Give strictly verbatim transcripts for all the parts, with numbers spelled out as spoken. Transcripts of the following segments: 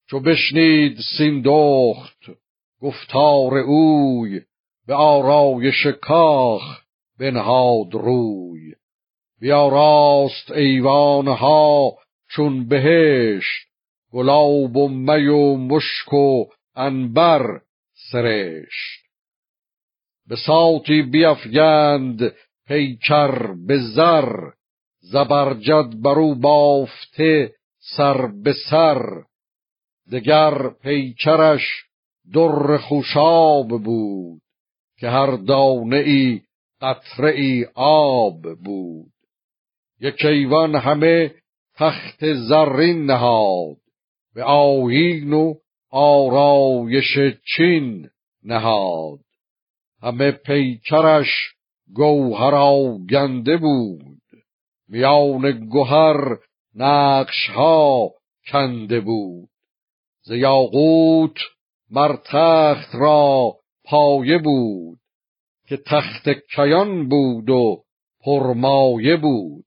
چو بشنید سیندخت گفتار اوی، به آرایش کاخ بنهاد روی. بیاراست ایوانها چون بهشت، گلاب و می و مشک و عنبر سرشت. بساطی بیفگند پیکر به زر، زبرجد برو بافته سر به سر. دگر پیکرش در خوشاب بود، که هر دانه ای قطره ای آب بود. یک ایوان همه تخت زرین نهاد، به آیین و آرایش چین نهاد. همه پیکرش گوهر آگنده بود، میان گهر نقش ها کنده بود. ز یاقوت مر تخت را پایه بود، که تخت کیان بود و پرمایه بود.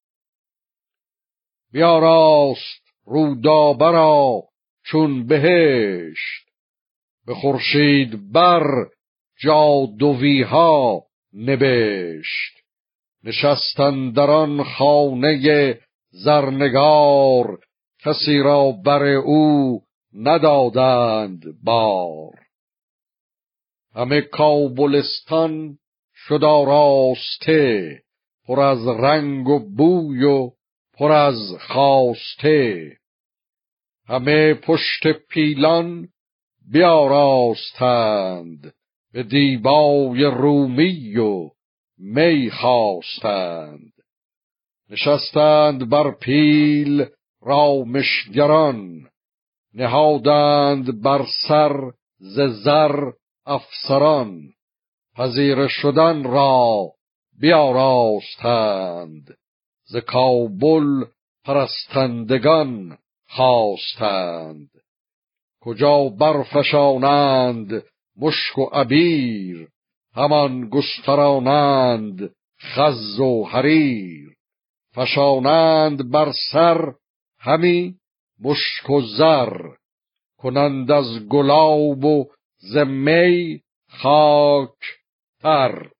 بیاراست رودابه را چون بهشت، به خورشید بر جادویی ها نبشت. نشست اندر آن خانه زرنگار، کسی را بر او ندادند بار. همه کابلستان شد آراسته، پر از رنگ و بوی و پر از خواسته. همه پشت پیلان بیاراستند، به دیبای رومی و می خواستند. نشستند بر پیل رامشگران، نهادند بر سر ز زر افسران. پذیره شدن را بیاراستند، ز کابل پرستندگان خواستند. کجا برفشانند مشک و عبیر، همان گسترانند خز و حریر. فشانند بر سر همی مشک و زر، کنند از گلاب و ز می خاک تر.